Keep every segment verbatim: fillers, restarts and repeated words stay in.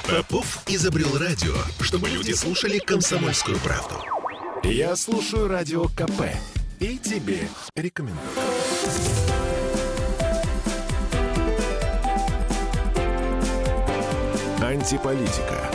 Попов изобрел радио, чтобы люди слушали «Комсомольскую правду». Я слушаю Радио КП и тебе рекомендую. Антиполитика.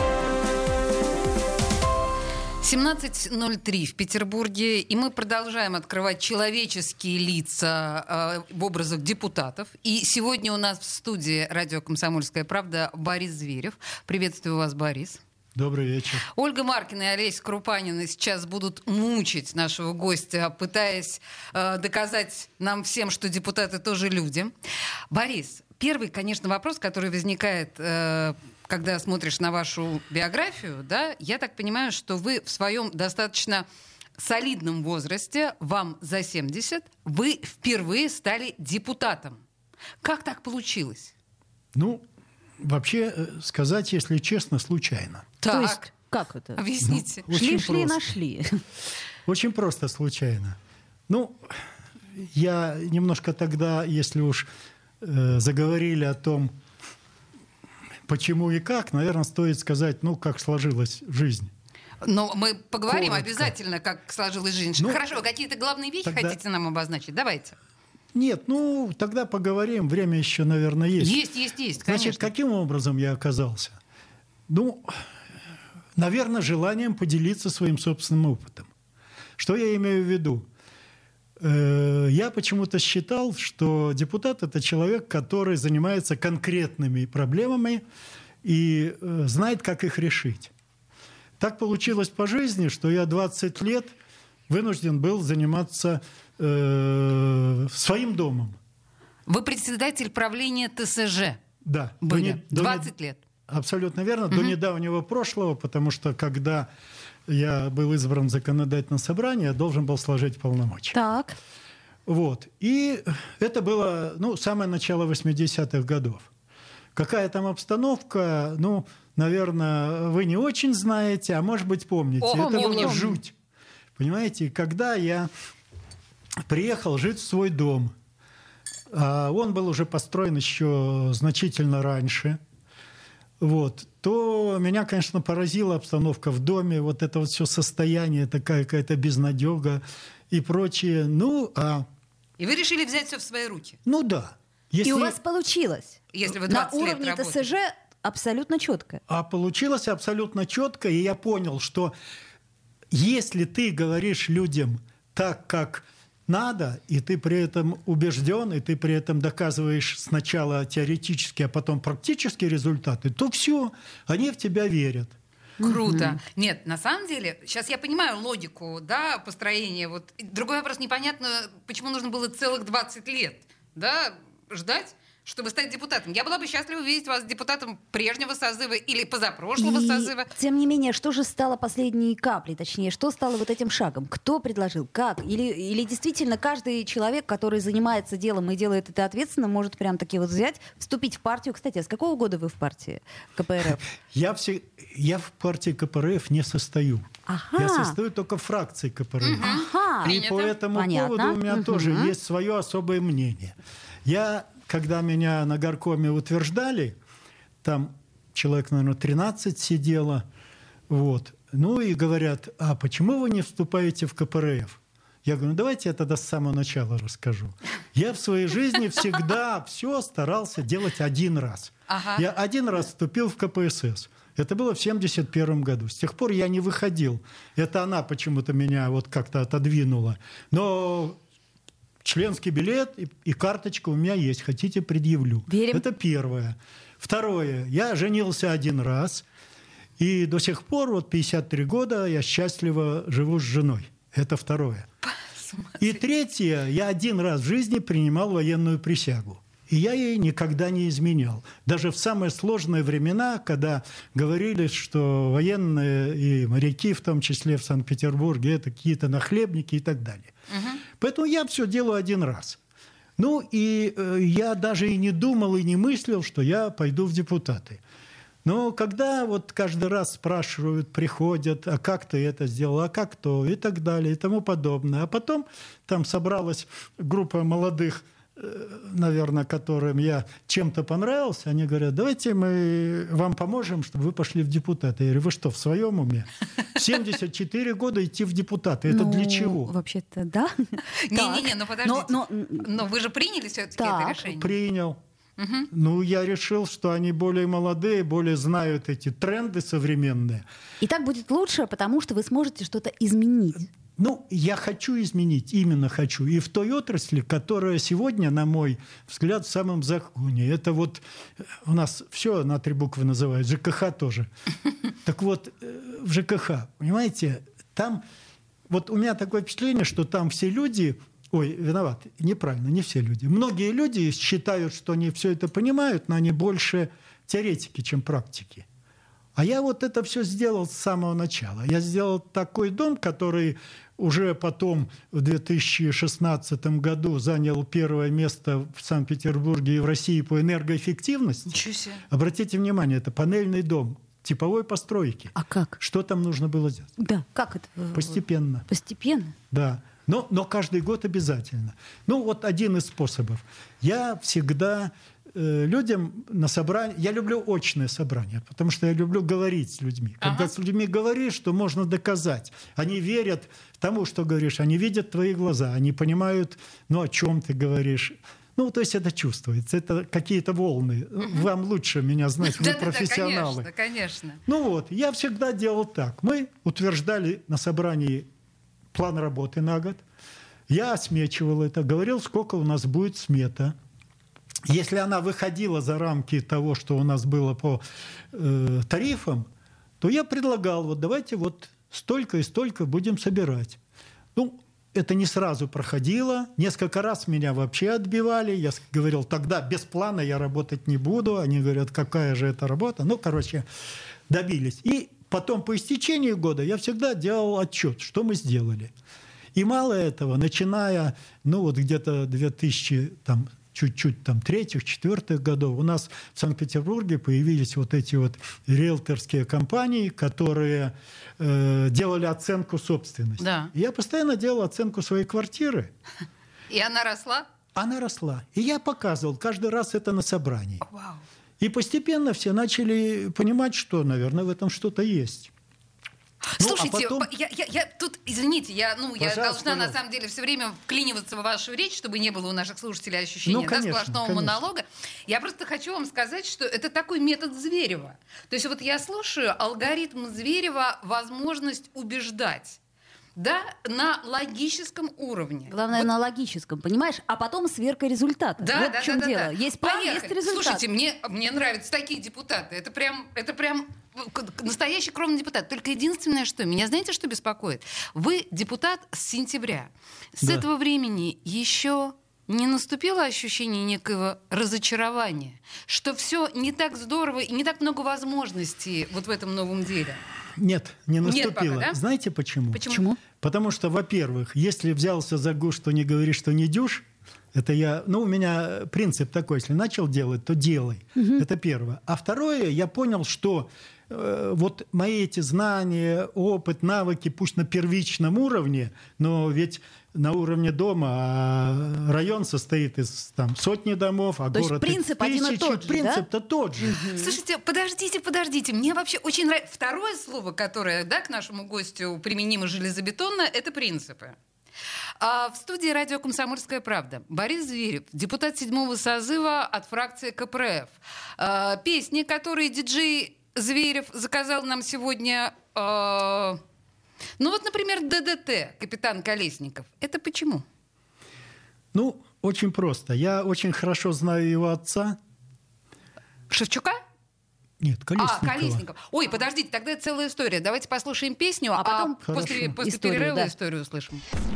семнадцать ноль три в Петербурге, и мы продолжаем открывать человеческие лица э, в образах депутатов. И сегодня у нас в студии радио «Комсомольская правда» Борис Зверев. Приветствую вас, Борис. Добрый вечер. Ольга Маркина и Олеся Крупанина сейчас будут мучить нашего гостя, пытаясь э, доказать нам всем, что депутаты тоже люди. Борис, первый, конечно, вопрос, который возникает... Э, когда смотришь на вашу биографию, да, я так понимаю, что вы в своем достаточно солидном возрасте, вам за семьдесят, вы впервые стали депутатом. Как так получилось? Ну, вообще, сказать, если честно, случайно. Так. То есть, как это? Объясните. Ну, Шли-шли, просто. нашли. Очень просто случайно. Ну, я немножко тогда, если уж э, заговорили о том, почему и как, наверное, стоит сказать, ну, как сложилась жизнь. Но мы поговорим Коротко. Обязательно, как сложилась жизнь. Ну, Хорошо, какие-то главные вещи тогда... хотите нам обозначить? Давайте. Нет, ну, тогда поговорим. Время еще, наверное, есть. Есть, есть, есть, конечно. Значит, каким образом я оказался? Ну, наверное, желанием поделиться своим собственным опытом. Что я имею в виду? Я почему-то считал, что депутат – это человек, который занимается конкретными проблемами и знает, как их решить. Так получилось по жизни, что я двадцать лет вынужден был заниматься э, своим домом. Вы председатель правления ТСЖ. Да. Были. До не, до двадцать не, лет. Абсолютно верно. Угу. До недавнего прошлого, потому что когда я был избран в законодательное собрание, я должен был сложить полномочия. Так. Вот. И это было, ну, самое начало восьмидесятых годов. Какая там обстановка, ну, наверное, вы не очень знаете, а может быть, помните. О, это помню. была жуть. Понимаете, когда я приехал жить в свой дом, а он был уже построен еще значительно раньше, вот, то меня, конечно, поразила обстановка в доме, вот это вот все состояние, такая какая-то безнадега и прочее. Ну, а... И вы решили взять все в свои руки? Ну, да. Если... И у вас получилось. Если вы На двадцать лет уровне работаете. ТСЖ абсолютно четко. А получилось абсолютно четко, и я понял, что если ты говоришь людям так, как надо, и ты при этом убежден, и ты при этом доказываешь сначала теоретические, а потом практические результаты, то все, они в тебя верят. Круто. Mm-hmm. Нет, на самом деле, сейчас я понимаю логику, да, построения. Вот. Другой вопрос, непонятно, почему нужно было целых двадцать лет, да, ждать, чтобы стать депутатом. Я была бы счастлива видеть вас депутатом прежнего созыва или позапрошлого И, созыва. тем не менее, что же стало последней каплей? Точнее, что стало вот этим шагом? Кто предложил? Как? Или, или действительно каждый человек, который занимается делом и делает это ответственно, может прям таки вот взять, вступить в партию? Кстати, а с какого года вы в партии КПРФ? Я, все, я в партии КПРФ не состою. Ага. Я состою только в фракции КПРФ. Ага. И Принято. по этому Понятно. поводу у меня Мгм. тоже есть свое особое мнение. Я, когда меня на горкоме утверждали, там человек, наверное, тринадцать сидело, вот, ну и говорят, а почему вы не вступаете в КПРФ? Я говорю, ну давайте я тогда с самого начала расскажу. Я в своей жизни всегда все старался делать один раз. Ага. Я один раз вступил в КПСС. Это было в семьдесят первом году. С тех пор я не выходил. Это она почему-то меня вот как-то отодвинула. Но членский билет и, и карточка у меня есть. Хотите, предъявлю. Верим. Это первое. Второе. Я женился один раз. И до сих пор, вот пятьдесят три года, я счастливо живу с женой. Это второе. И третье. Я один раз в жизни принимал военную присягу. И я ей никогда не изменял. Даже в самые сложные времена, когда говорили, что военные и моряки, в том числе в Санкт-Петербурге, это какие-то нахлебники и так далее. Угу. Поэтому я все делаю один раз. Ну и э, я даже и не думал, и не мыслил, что я пойду в депутаты. Но когда вот каждый раз спрашивают, приходят, а как ты это сделал, а как то, и так далее, и тому подобное. А потом там собралась группа молодых наверное, которым я чем-то понравился, они говорят, давайте мы вам поможем, чтобы вы пошли в депутаты. Я говорю, вы что, в своем уме? В семьдесят четыре года идти в депутаты. Это Ну, для чего? Вообще-то, да. Не-не-не, ну подождите. Но- Но вы же приняли все-таки Так. это решение. Принял. Мгм. Ну, я решил, что они более молодые, более знают эти тренды современные. И так будет лучше, потому что вы сможете что-то изменить. Ну, я хочу изменить, именно хочу. И в той отрасли, которая сегодня, на мой взгляд, в самом законе. Это вот э, у нас все на три буквы называют, ЖКХ тоже. Так вот, э, в ЖКХ, понимаете, там... Вот у меня такое впечатление, что там все люди... Ой, виноват, неправильно, не все люди. Многие люди считают, что они все это понимают, но они больше теоретики, чем практики. А я вот это все сделал с самого начала. Я сделал такой дом, который уже потом в две тысячи шестнадцатом году занял первое место в Санкт-Петербурге и в России по энергоэффективности. Ничего себе. Обратите внимание, это панельный дом типовой постройки. А как? Что там нужно было сделать? Да, как это? э, Постепенно. Постепенно? Да. Но, но каждый год обязательно. Ну, вот один из способов. Я всегда э, людям на собрании... Я люблю очное собрание, потому что я люблю говорить с людьми. Когда Ага. с людьми говоришь, что можно доказать. Они верят тому, что говоришь. Они видят твои глаза. Они понимают, ну, о чем ты говоришь. Ну, то есть это чувствуется. Это какие-то волны. Вам лучше меня знать, вы Да-да-да, профессионалы. конечно, конечно. Ну вот, я всегда делал так. Мы утверждали на собрании план работы на год. Я осмечивал это, говорил, сколько у нас будет смета. Если она выходила за рамки того, что у нас было по э, тарифам, то я предлагал, вот давайте вот столько и столько будем собирать. Ну, это не сразу проходило. Несколько раз меня вообще отбивали. Я говорил, тогда без плана я работать не буду. Они говорят, какая же это работа. Ну, короче, добились. И потом по истечении года я всегда делал отчет, что мы сделали. И мало этого, начиная, ну, вот где-то две тысячи, там, чуть-чуть там третьих, четвертых годов у нас в Санкт-Петербурге появились вот эти вот риэлторские компании, которые э, делали оценку собственности. Да. И я постоянно делал оценку своей квартиры. И она росла? Она росла. И я показывал каждый раз это на собрании. Вау. И постепенно все начали понимать, что, наверное, в этом что-то есть. Ну, а Слушайте, потом- я, я, я тут, извините, я, ну, я Пожалуйста, должна на пожалуйста. самом деле все время вклиниваться в вашу речь, чтобы не было у наших слушателей ощущения Ну, да, конечно, сплошного конечно. монолога. Я просто хочу вам сказать, что это такой метод Зверева. То есть вот я слушаю алгоритм Зверева, возможность убеждать. Да, на логическом уровне. Главное, Вот. на логическом, понимаешь? А потом сверка результата. Да, вот да, в чем да, да, дело. да. Есть план, Поехали. есть результат. Слушайте, мне, мне нравятся такие депутаты. Это прям, это прям к- к- настоящий кровный депутат. Только единственное, что меня, знаете, что беспокоит? Вы депутат с сентября. С Да. этого времени еще не наступило ощущение некого разочарования, что все не так здорово и не так много возможностей вот в этом новом деле. Нет, не Нет наступило. пока, да? Знаете почему? Почему? Почему? Потому что, во-первых, если взялся за гуш, то не говори, что не дюшь. Это я, ну, у меня принцип такой, если начал делать, то делай. Это первое. А второе, я понял, что э, вот мои эти знания, опыт, навыки, пусть на первичном уровне, но ведь на уровне дома, а район состоит из там, сотни домов, а То есть город принцип из один и тысячи. тот же, да? Принцип-то тот же. Слушайте, подождите, подождите. Мне вообще очень нравится второе слово, которое, да, к нашему гостю применимо железобетонно, это принципы. А в студии радио «Комсомольская правда» Борис Зверев, депутат седьмого созыва от фракции ка пэ эр эф. А, песни, которые диджей Зверев заказал нам сегодня... а, ну вот, например, дэ дэ тэ, капитан Колесников. Это почему? Ну, очень просто. Я очень хорошо знаю его отца. Шевчука? Нет, Колесникова. А, Колесников. Ой, подождите, тогда это целая история. Давайте послушаем песню, а, А потом после, Хорошо. после историю, перерыва да. историю услышим.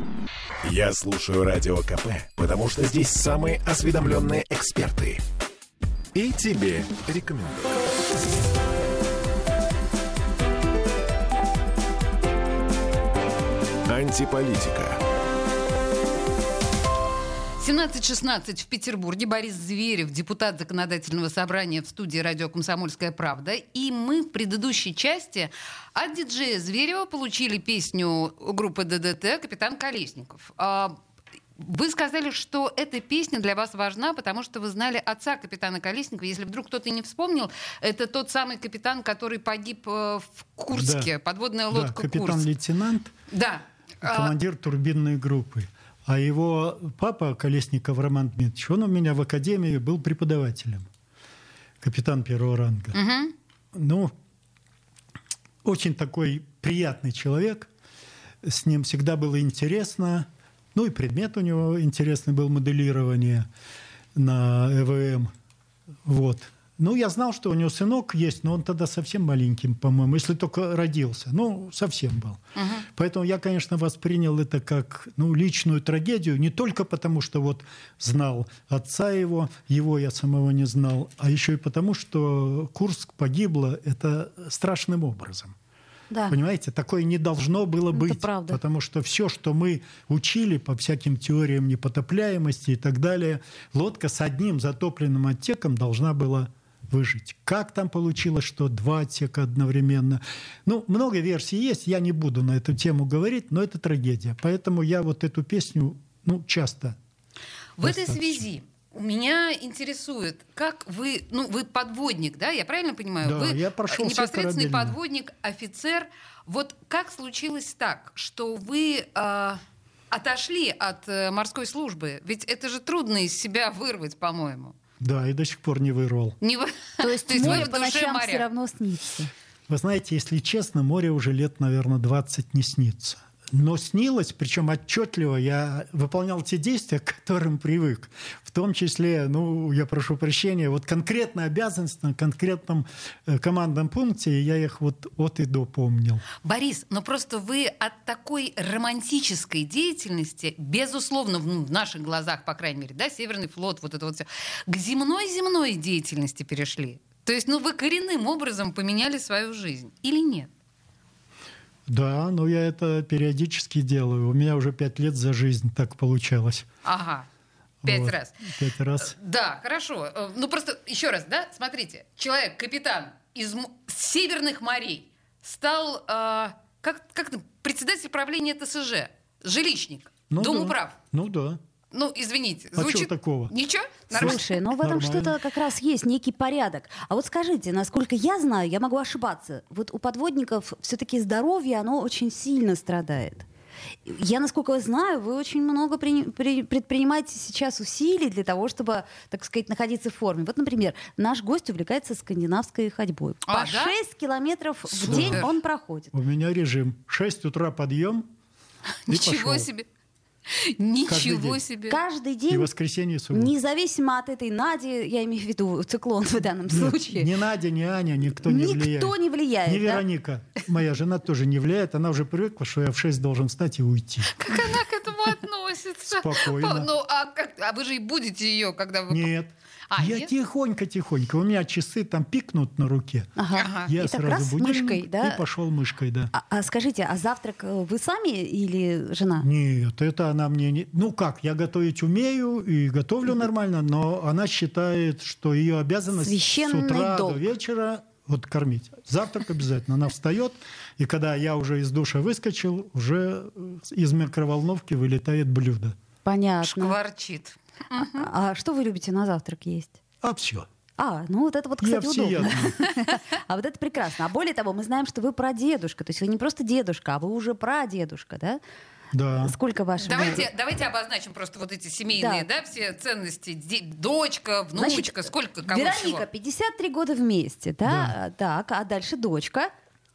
Я слушаю Радио ка пэ, потому что здесь самые осведомленные эксперты. И тебе рекомендую. Антиполитика. семнадцать шестнадцать в Петербурге. Борис Зверев, депутат Законодательного собрания в студии радио «Комсомольская правда». И мы в предыдущей части от диджея Зверева получили песню группы дэ дэ тэ «Капитан Колесников». А, Вы сказали, что эта песня для вас важна, потому что вы знали отца капитана Колесникова. Если вдруг кто-то не вспомнил, это тот самый капитан, который погиб в Курске, да. Подводная лодка да, капитан-лейтенант, да. командир турбинной группы. А его папа, Колесников Роман Дмитриевич, он у меня в академии был преподавателем. Капитан первого ранга. Угу. Ну, очень такой приятный человек. С ним всегда было интересно. Ну и предмет у него интересный был, моделирование на э вэ эм. Вот. Ну, я знал, что у него сынок есть, но он тогда совсем маленьким, по-моему, если только родился. Ну, совсем был. Угу. Поэтому я, конечно, воспринял это как ну, личную трагедию, не только потому, что вот знал отца его, его я самого не знал, а еще и потому, что Курск погибло это страшным образом. Да. Понимаете, такое не должно было быть. Это правда. Потому что все, что мы учили по всяким теориям непотопляемости и так далее, лодка с одним затопленным отсеком должна была выжить. Как там получилось, что два отсека одновременно? Ну, много версий есть, я не буду на эту тему говорить, но это трагедия. Поэтому я вот эту песню ну, часто... В достаточно. Этой связи меня интересует, как вы, ну, вы подводник, да, я правильно понимаю? Да, вы я прошел непосредственный подводник, офицер. Вот как случилось так, что вы э, отошли от э, морской службы? Ведь это же трудно из себя вырвать, по-моему. Да, и до сих пор не вырвал. Не вы... То есть море по ночам все равно снится? Вы знаете, если честно, море уже лет, наверное, двадцать не снится. Но снилось, причем отчетливо, я выполнял те действия, к которым привык. В том числе, ну, я прошу прощения, вот конкретные обязанности на конкретном э, командном пункте, я их вот от и до помнил. Борис, но просто вы от такой романтической деятельности, безусловно, в наших глазах, по крайней мере, да, Северный флот, вот это вот все, к земной-земной деятельности перешли. То есть, ну, вы коренным образом поменяли свою жизнь или нет? Да, но я это периодически делаю. У меня уже пять лет за жизнь так получалось. Ага, пять вот. раз. Пять раз. Да, хорошо. Ну просто еще раз, да, смотрите. Человек, капитан из м- северных морей, стал э, как, как председатель правления тэ эс жэ, жилищник, ну Домуправ. Да. Ну да. Ну, извините, а звучит... что такого? Ничего? Нормально? Слушай, ну в этом Нормально. Что-то как раз есть, некий порядок. А вот скажите, насколько я знаю, я могу ошибаться, вот у подводников все-таки здоровье, оно очень сильно страдает. Я, насколько знаю, вы очень много при, при, предпринимаете сейчас усилий для того, чтобы, так сказать, находиться в форме. Вот, например, наш гость увлекается скандинавской ходьбой. А, По да? шесть километров Супер. В день он проходит. У меня режим. шесть утра подъем и Ничего пошел. себе. Ничего Каждый себе. И Каждый день, воскресенье, и суббота. Независимо от этой Нади, я имею в виду циклон в данном Нет, случае. Ни Надя, ни Аня, никто не Никто влияет. Никто не влияет, Ни да? Вероника, моя жена, тоже не влияет. Она уже привыкла, что я в шесть должен встать и уйти. Как она к этому относится? Спокойно. Ну, а, как, а вы же и будете ее, когда вы... Нет. А, я нет? тихонько-тихонько. У меня часы там пикнут на руке. Ага. Я и сразу раз будильник мышкой, да? и пошел мышкой, да. А, а скажите, а завтрак вы сами или жена? Нет, это она мне не... Ну как, я готовить умею и готовлю нормально, но она считает, что ее обязанность Священный с утра долг. до вечера вот кормить. Завтрак обязательно. Она встает, и когда я уже из душа выскочил, уже из микроволновки вылетает блюдо. Понятно. Шкварчит. А, а что вы любите на завтрак есть? А все. А, ну вот это вот, кстати, Я удобно. всеядный. А вот это прекрасно. А более того, мы знаем, что вы прадедушка. То есть вы не просто дедушка, а вы уже прадедушка, да? Да. Сколько вашего... Давайте, давайте обозначим просто вот эти семейные, да, да все ценности. Ди- дочка, внучка, Значит, сколько, кого Вероника, всего? пятьдесят три года вместе, да? Да. Так, а дальше дочка?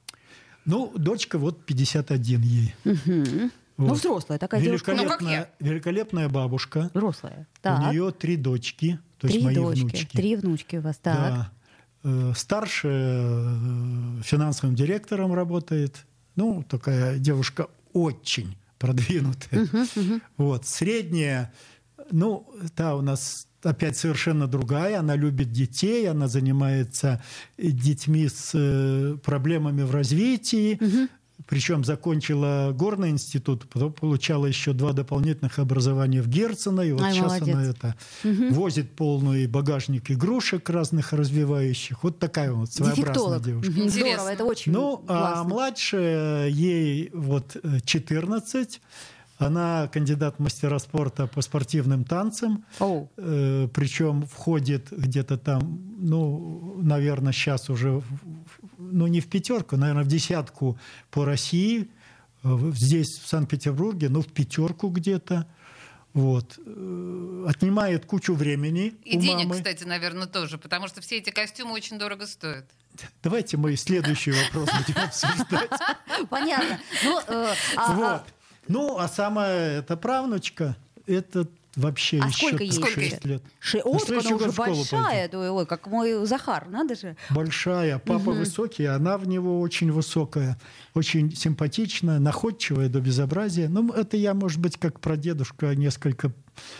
Ну, дочка вот пятьдесят один ей. Угу. Вот. Ну, взрослая такая девушка. Ну, как Великолепная, великолепная бабушка. Взрослая. У Так. нее три дочки, то Три есть мои дочки, внучки. три внучки у вас, так. Да. Э, Старшая э, финансовым директором работает. Ну, такая девушка очень продвинутая. Мгм, мгм. Вот. Средняя, ну, та у нас опять совершенно другая. Она любит детей, она занимается детьми с э, проблемами в развитии. Мгм. Причем закончила горный институт, потом получала еще два дополнительных образования в Герцена. И вот Ай, сейчас молодец. она это Мгм. возит полный багажник игрушек разных развивающих. Вот такая вот своеобразная Дефектолог. девушка. Мгм. Интересно. Здорово, это очень Ну, а классно. младшая, ей вот э, четырнадцать. Она кандидат в мастера спорта по спортивным танцам. Oh. Э, причем входит где-то там, ну, наверное, сейчас уже, ну, не в пятерку, наверное, в десятку по России. Здесь, в Санкт-Петербурге, ну, в пятерку где-то. Вот. Отнимает кучу времени и у денег, мамы. Кстати, наверное, тоже, потому что все эти костюмы очень дорого стоят. Давайте мы следующий вопрос будем обсуждать. Понятно. Ну, э, а, Вот. а, Ну, а самая эта правнучка, это вообще а еще сколько ей? шесть лет. Ши... На О, так следующий она уже год в школу большая. Ой, ой, как мой Захар, надо же. Большая. Папа высокий, она в него очень высокая, очень симпатичная, находчивая до безобразия. Ну, это я, может быть, как прадедушка несколько...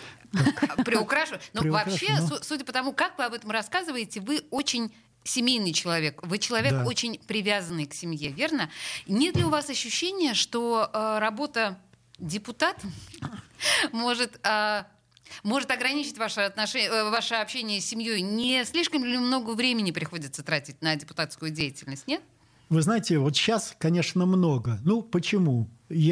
Приукрашу. Но Приукрашу, вообще, но- су- судя по тому, как вы об этом рассказываете, вы очень семейный человек. Вы человек Да. очень привязанный к семье, верно? Нет ли у вас ощущения, что э, работа депутата может... э, может ограничить ваше, отношение, э, ваше общение с семьей? Не слишком ли много времени приходится тратить на депутатскую деятельность, нет? Вы знаете, вот сейчас, конечно, много. Ну, почему?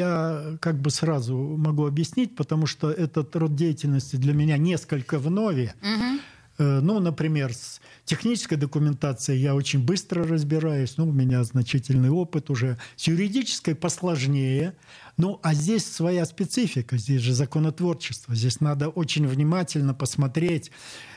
Я как бы сразу могу объяснить, потому что этот род деятельности для меня несколько вновь. Мгм. Э, Ну, например, с технической документацией я очень быстро разбираюсь. Ну, у меня значительный опыт уже. С юридической посложнее. Ну, а здесь своя специфика. Здесь же законотворчество. Здесь надо очень внимательно посмотреть,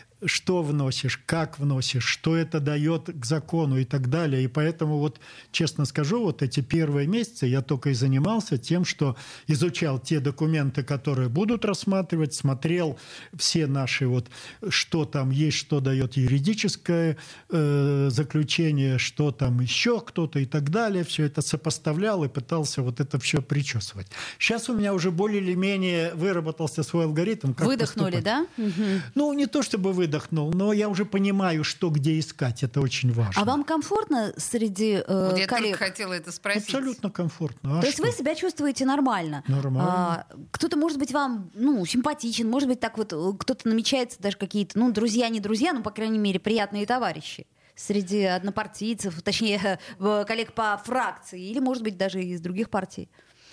что вносишь, как вносишь, что это дает к закону и так далее. И поэтому, вот, честно скажу, вот эти первые месяцы я только и занимался тем, что изучал те документы, которые будут рассматривать, смотрел все наши, вот, что там есть, что дает юридическое э, заключение, что там еще кто-то и так далее. Все это сопоставлял и пытался вот это все причесывать. Сейчас у меня уже более или менее выработался свой алгоритм. Как Выдохнули, поступать. да? Мгм. Ну, не то чтобы выдохнул, но я уже понимаю, что где искать. Это очень важно. А вам комфортно среди э, Вот я коллег? только хотела это спросить. Абсолютно комфортно. А То есть что? вы себя чувствуете нормально? Нормально. А, кто-то, может быть, вам ну, симпатичен, может быть, так вот э, кто-то намечается, даже какие-то, ну, друзья, не друзья, но, по крайней мере, приятные товарищи среди однопартийцев, точнее, э, коллег по фракции, или, может быть, даже из других партий.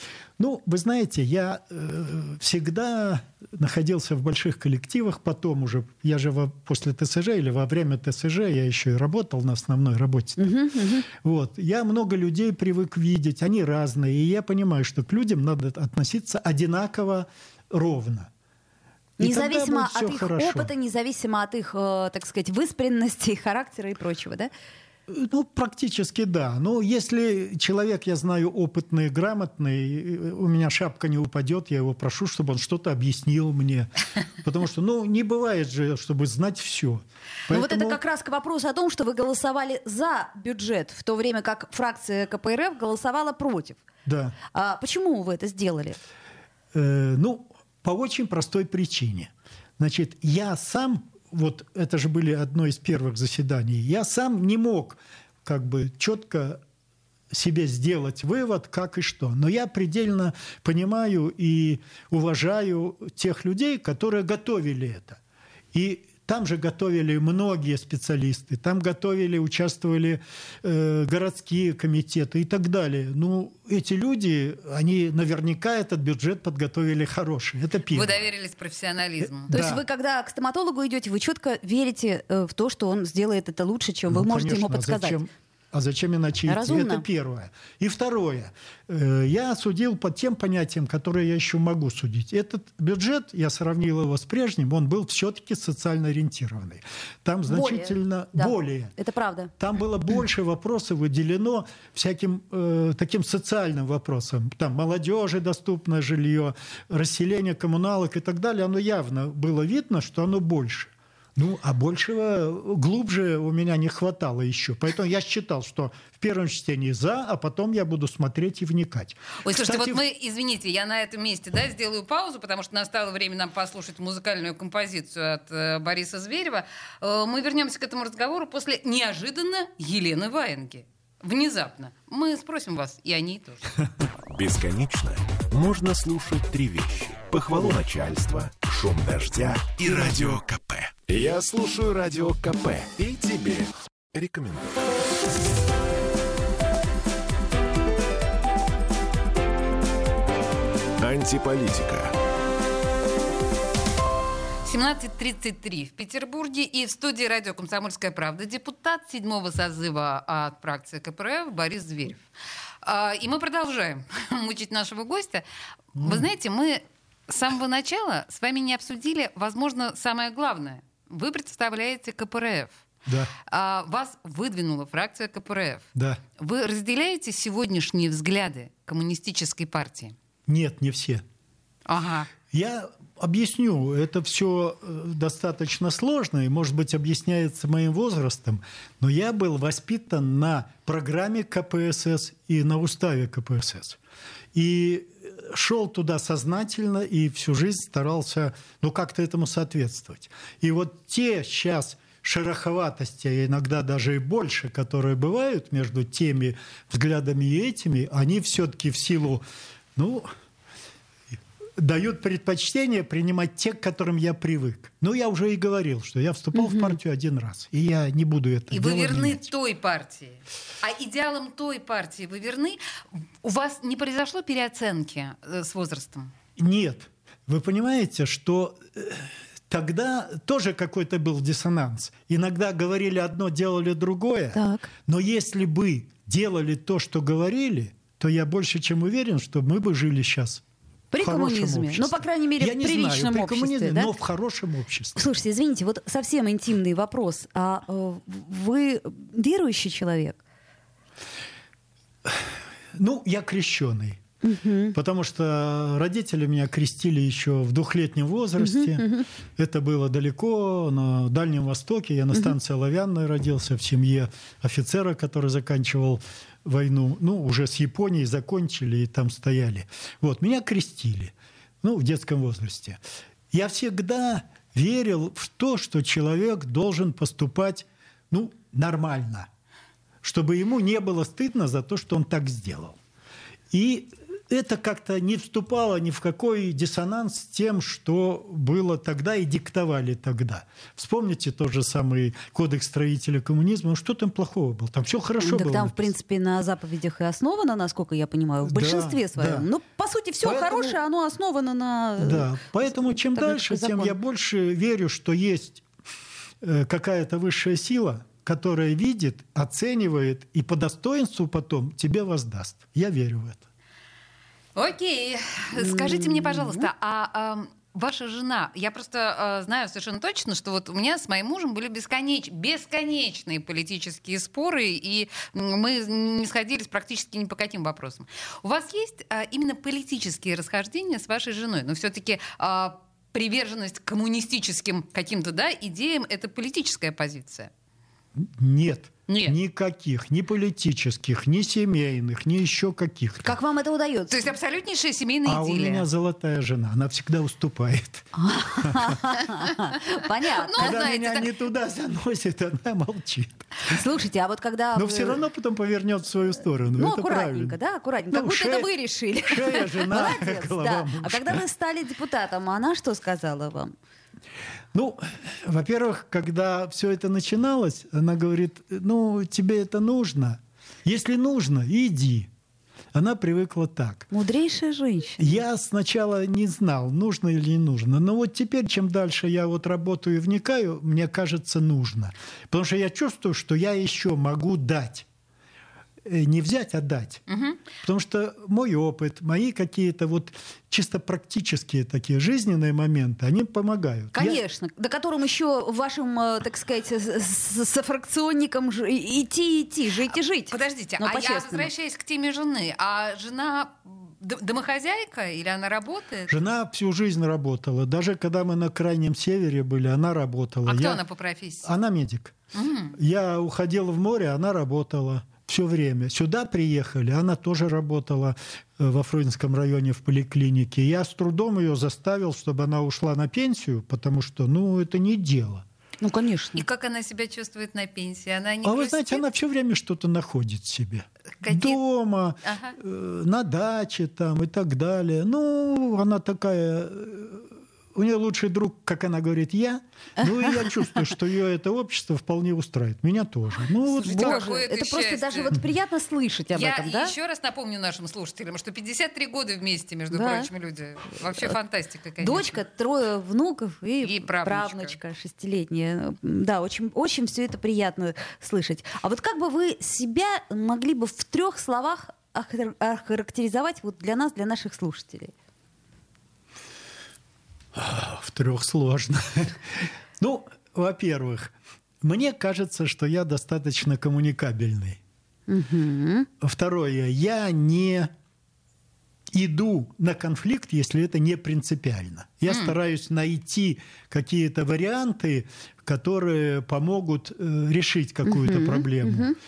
Ну, вы знаете, я э, всегда находился в больших коллективах, потом уже, я же во, после ТСЖ или во время ТСЖ, я еще и работал на основной работе. Мгм, мгм. Вот. Я много людей привык видеть, они разные, и я понимаю, что к людям надо относиться одинаково ровно. И Независимо тогда будет от всё их хорошо. опыта, независимо от их, э, так сказать, выспренности, характера и прочего, да? Ну, практически да. Но если человек, я знаю, опытный, грамотный, у меня шапка не упадет, я его прошу, чтобы он что-то объяснил мне. Потому что, ну, не бывает же, чтобы знать все. Ну вот это как раз к вопросу о том, что вы голосовали за бюджет, в то время как фракция ка пэ эр эф голосовала против. Да. А почему вы это сделали? Э, ну, по очень простой причине. Значит, я сам, вот это же были одно из первых заседаний, я сам не мог как бы четко себе сделать вывод, как и что. Но я предельно понимаю и уважаю тех людей, которые готовили это. И там же готовили многие специалисты, там готовили, участвовали э, городские комитеты и так далее. Ну, эти люди, они наверняка этот бюджет подготовили хороший. Это первое. Вы доверились профессионализму. То Да. есть вы, когда к стоматологу идете, вы четко верите э, в то, что он сделает это лучше, чем вы Ну, можете конечно, ему подсказать. А зачем, а зачем иначе идти? Разумно. Это первое. И второе. Э, Я судил по тем понятиям, которые я еще могу судить. Этот бюджет, я сравнил его с прежним, он был все-таки социально ориентированный. Там значительно да. более. Это правда. Там было больше вопросов выделено всяким э, таким социальным вопросам. Там молодежи доступное жилье, расселение коммуналок и так далее. Оно явно было видно, что оно больше. Ну, а большего, глубже у меня не хватало еще. Поэтому я считал, что в первом чтении за, а потом я буду смотреть и вникать. Ой, слушайте, Кстати, вот мы, извините, я на этом месте, да, сделаю паузу, потому что настало время нам послушать музыкальную композицию от э, Бориса Зверева. Э, мы вернемся к этому разговору после неожиданно Елены Ваенги. Внезапно. Мы спросим вас и о ней тоже. Бесконечно можно слушать три вещи. Похвалу начальства, шум дождя и радио КП. Я слушаю радио КП и тебе рекомендую. Антиполитика. семнадцать тридцать три в Петербурге, и в студии радио «Комсомольская правда» депутат седьмого созыва от фракции ка пэ эр эф Борис Зверев. И мы продолжаем мучить нашего гостя. Вы знаете, мы с самого начала с вами не обсудили, возможно, самое главное. Вы представляете ка пэ эр эф. Да. А вас выдвинула фракция ка пэ эр эф. Да. Вы разделяете сегодняшние взгляды коммунистической партии? Нет, не все. Ага. Я объясню, это все достаточно сложно, и, может быть, объясняется моим возрастом, но я был воспитан на программе ка пэ эс эс и на уставе ка пэ эс эс. И шел туда сознательно и всю жизнь старался, ну, как-то этому соответствовать. И вот те сейчас шероховатости, а иногда даже и больше, которые бывают между теми взглядами и этими, они все-таки в силу, ну, дают предпочтение принимать те, к которым я привык. Ну, я уже и говорил, что я вступал угу. в партию один раз, и я не буду это и дело вы верны менять. той партии. А идеалам той партии вы верны? У вас не произошло переоценки с возрастом? Нет. Вы понимаете, что тогда тоже какой-то был диссонанс. Иногда говорили одно, делали другое. Так. Но если бы делали то, что говорили, то я больше чем уверен, что мы бы жили сейчас при в хорошем коммунизме. обществе. Ну, по крайней мере, я в не приличном знаю, при обществе. коммунизме, Да? но в хорошем обществе. Слушайте, извините, вот совсем интимный вопрос. А э, вы верующий человек? Ну, я крещеный. Угу. Потому что родители меня крестили еще в двухлетнем возрасте. Угу, угу. Это было далеко, на Дальнем Востоке. Я на станции Оловянной родился, в семье офицера, который заканчивал войну. Ну, уже с Японией закончили и там стояли. Вот, меня крестили, ну, в детском возрасте. Я всегда верил в то, что человек должен поступать, ну, нормально, чтобы ему не было стыдно за то, что он так сделал. И это как-то не вступало ни в какой диссонанс с тем, что было тогда и диктовали тогда. Вспомните тот же самый кодекс строителя коммунизма. Ну, что там плохого было? Там все хорошо так было. Там, написано. в принципе, на заповедях и основано, насколько я понимаю, в большинстве да, своем. Да. Ну, по сути, все Поэтому, хорошее, оно основано на... Да, поэтому чем Тогда дальше, такой тем закон. я больше верю, что есть какая-то высшая сила, которая видит, оценивает и по достоинству потом тебе воздаст. Я верю в это. Окей. Скажите мне, пожалуйста, а, а ваша жена, я просто а, знаю совершенно точно, что вот у меня с моим мужем были бесконеч... бесконечные политические споры, и мы не сходились практически ни по каким вопросам. У вас есть а, именно политические расхождения с вашей женой? Но все-таки а, приверженность к коммунистическим каким-то, да, идеям — это политическая позиция? Нет. Нет. Никаких, ни политических, ни семейных, ни еще каких-то. Как вам это удается? То есть абсолютнейшая семейная а идиллия. у меня золотая жена, она всегда уступает. Понятно. Когда меня не туда заносит, она молчит. Слушайте, а вот когда... Но все равно потом повернет в свою сторону. Ну, это аккуратненько, правильно. да, аккуратненько. Как Ну, будто шея- это вы решили. шея, жена, Молодец, голова да. муж. А когда вы стали депутатом, она что сказала вам? Ну, во-первых, когда все это начиналось, она говорит, ну, тебе это нужно. Если нужно, иди. Она привыкла так. Мудрейшая женщина. Я сначала не знал, нужно или не нужно. Но вот теперь, чем дальше я вот работаю и вникаю, мне кажется, нужно. Потому что я чувствую, что я еще могу дать. Не взять, а дать. Угу. Потому что мой опыт, мои какие-то вот чисто практические такие жизненные моменты, они помогают. Конечно, я... до которым еще вашим, так сказать, софракционникам ж... идти, идти, жить и жить. Подождите, Но а я по-честному. возвращаюсь к теме жены. А жена д- домохозяйка или она работает? Жена всю жизнь работала. Даже когда мы на Крайнем Севере были, она работала. А кто я... она по профессии? Она медик. Угу. Я уходил в море, она работала. Все время. Сюда приехали, она тоже работала во Фрунзенском районе в поликлинике. Я с трудом ее заставил, чтобы она ушла на пенсию, потому что, ну, это не дело. Ну, конечно. И как она себя чувствует на пенсии? Она не а вы грустит? знаете, она все время что-то находит себе. Какие... Дома, ага. э, на даче там и так далее. Ну, она такая... у нее лучший друг, как она говорит, я. Ну, и я чувствую, что ее это общество вполне устраивает. Меня тоже. Ну, Слушайте, вот, какое это это просто счастье. даже вот приятно слышать об Я этом, да? еще раз напомню нашим слушателям, что пятьдесят три года вместе, между Да. прочим, люди. Вообще фантастика, конечно. Дочка, трое внуков и, И правнучка. правнучка шестилетняя. Да, очень, очень все это приятно слышать. А вот как бы вы себя могли бы в трех словах охар- охарактеризовать вот для нас, для наших слушателей? в трех сложно. Ну, во-первых, мне кажется, что я достаточно коммуникабельный. Угу. Второе, я не иду на конфликт, если это не принципиально. Я mm. стараюсь найти какие-то варианты, которые помогут э, решить какую-то uh-huh, проблему. Uh-huh.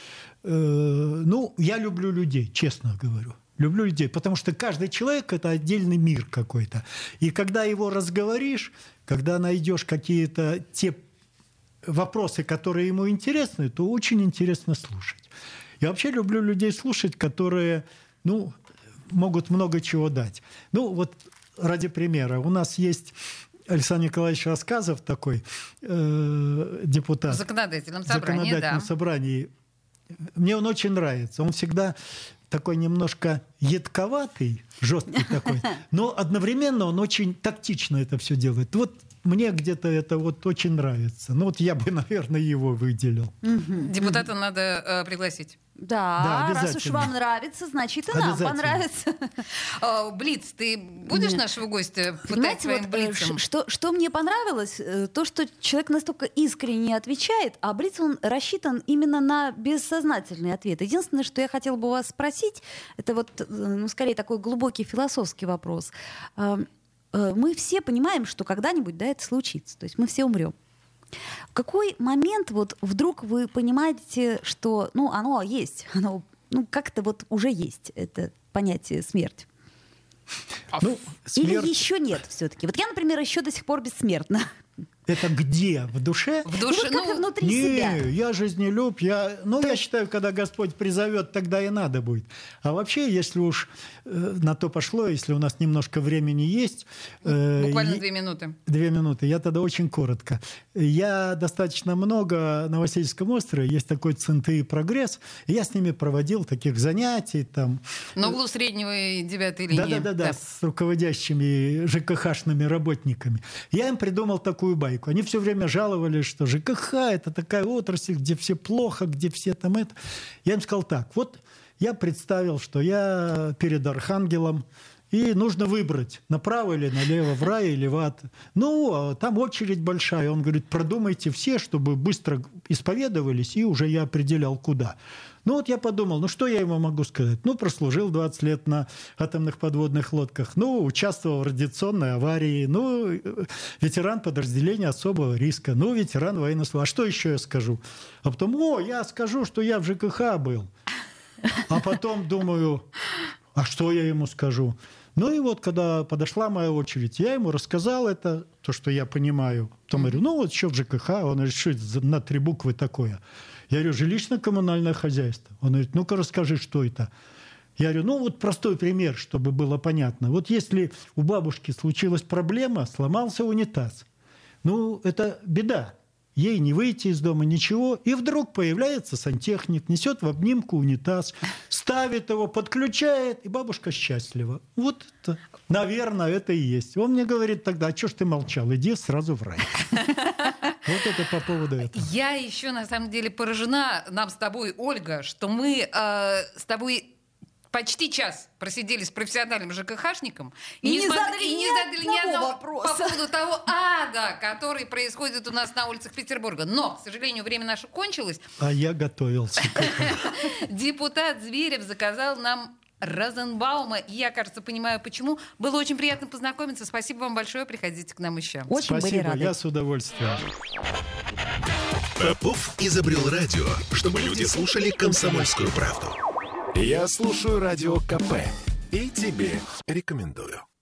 Э, ну, я люблю людей, честно говорю. Люблю людей, потому что каждый человек – это отдельный мир какой-то. И когда его разговоришь, когда найдешь какие-то те вопросы, которые ему интересны, то очень интересно слушать. Я вообще люблю людей слушать, которые, ну, могут много чего дать. Ну, вот ради примера. У нас есть Александр Николаевич Рассказов, такой э, депутат. В законодательном в собрании, законодательном да. собрании. Мне он очень нравится. Он всегда такой немножко едковатый, жесткий такой, но одновременно он очень тактично это все делает. Вот мне где-то это вот очень нравится. Ну вот я бы, наверное, его выделил. Депутата надо э, пригласить. Да, Да, раз уж вам нравится, значит и нам понравится. Э, Блиц, ты будешь Нет. нашего гостя пытать Понимаете, своим вот, э, блицем? ш- что, что мне понравилось, э, то, что человек настолько искренне отвечает, а блиц он рассчитан именно на бессознательный ответ. Единственное, что я хотела бы у вас спросить, это вот, э, ну, скорее такой глубокий философский вопрос. Э, э, Мы все понимаем, что когда-нибудь, да, это случится, то есть мы все умрем. В какой момент вот вдруг вы понимаете, что, ну, оно есть, оно, ну, как-то вот уже есть это понятие смерть? Ну, смерть... Или еще нет все-таки? Вот я, например, еще до сих пор бессмертна. Это где? В душе? В душе, Ну, вот как ну, внутри Не, себя. я жизнелюб. Я, ну, я считаю, когда Господь призовет, тогда и надо будет. А вообще, если уж э, на то пошло, если у нас немножко времени есть... э, буквально е- две минуты. Две минуты. Я тогда очень коротко. Я достаточно много на Васильевском острове, есть такой ЦНТИ и «Прогресс», и я с ними проводил таких занятий. Там, На углу среднего и девятой линии. да-да-да, с руководящими ЖКХ-шными работниками. Я им придумал такую байку. Они все время жаловались, что ЖКХ – это такая отрасль, где все плохо, где все там это. Я им сказал так. Вот я представил, что я перед Архангелом, и нужно выбрать, направо или налево, в рай или в ад. Ну, а там очередь большая. Он говорит, продумайте все, чтобы быстро исповедовались, и уже я определял, куда. Ну, вот я подумал, ну, что я ему могу сказать? Ну, прослужил двадцать лет на атомных подводных лодках. Ну, участвовал в радиационной аварии. Ну, ветеран подразделения особого риска. Ну, ветеран военной службы. А что еще я скажу? А потом, о, я скажу, что я в ЖКХ был. А потом думаю, а что я ему скажу? Ну и вот, когда подошла моя очередь, я ему рассказал это, то, что я понимаю. Потом говорю, ну вот еще в ЖКХ. Он говорит, что это на три буквы такое? Я говорю, жилищно-коммунальное хозяйство. Он говорит, ну-ка расскажи, что это. Я говорю, ну вот простой пример, чтобы было понятно. Вот если у бабушки случилась проблема, сломался унитаз. Ну, это беда. Ей не выйти из дома, ничего. И вдруг появляется сантехник, несет в обнимку унитаз, ставит его, подключает, и бабушка счастлива. Вот это, наверное, это и есть. Он мне говорит тогда, а что ж ты молчал? Иди сразу в рай. Вот это по поводу этого. Я еще, на самом деле, поражена нам с тобой, Ольга, что мы э, с тобой почти час просидели с профессиональным ЖКХшником И не смог- задали и ни не задали ни одного одного вопроса. по поводу того ада, который происходит у нас на улицах Петербурга. Но, к сожалению, время наше кончилось. А я готовился к этому. Депутат Зверев заказал нам Розенбаума. И я, кажется, понимаю, почему. Было очень приятно познакомиться. Спасибо вам большое. Приходите к нам еще. Очень были Спасибо, рады. я с удовольствием. Попов изобрел радио, чтобы люди слушали комсомольскую правду. Я слушаю радио КП и тебе рекомендую.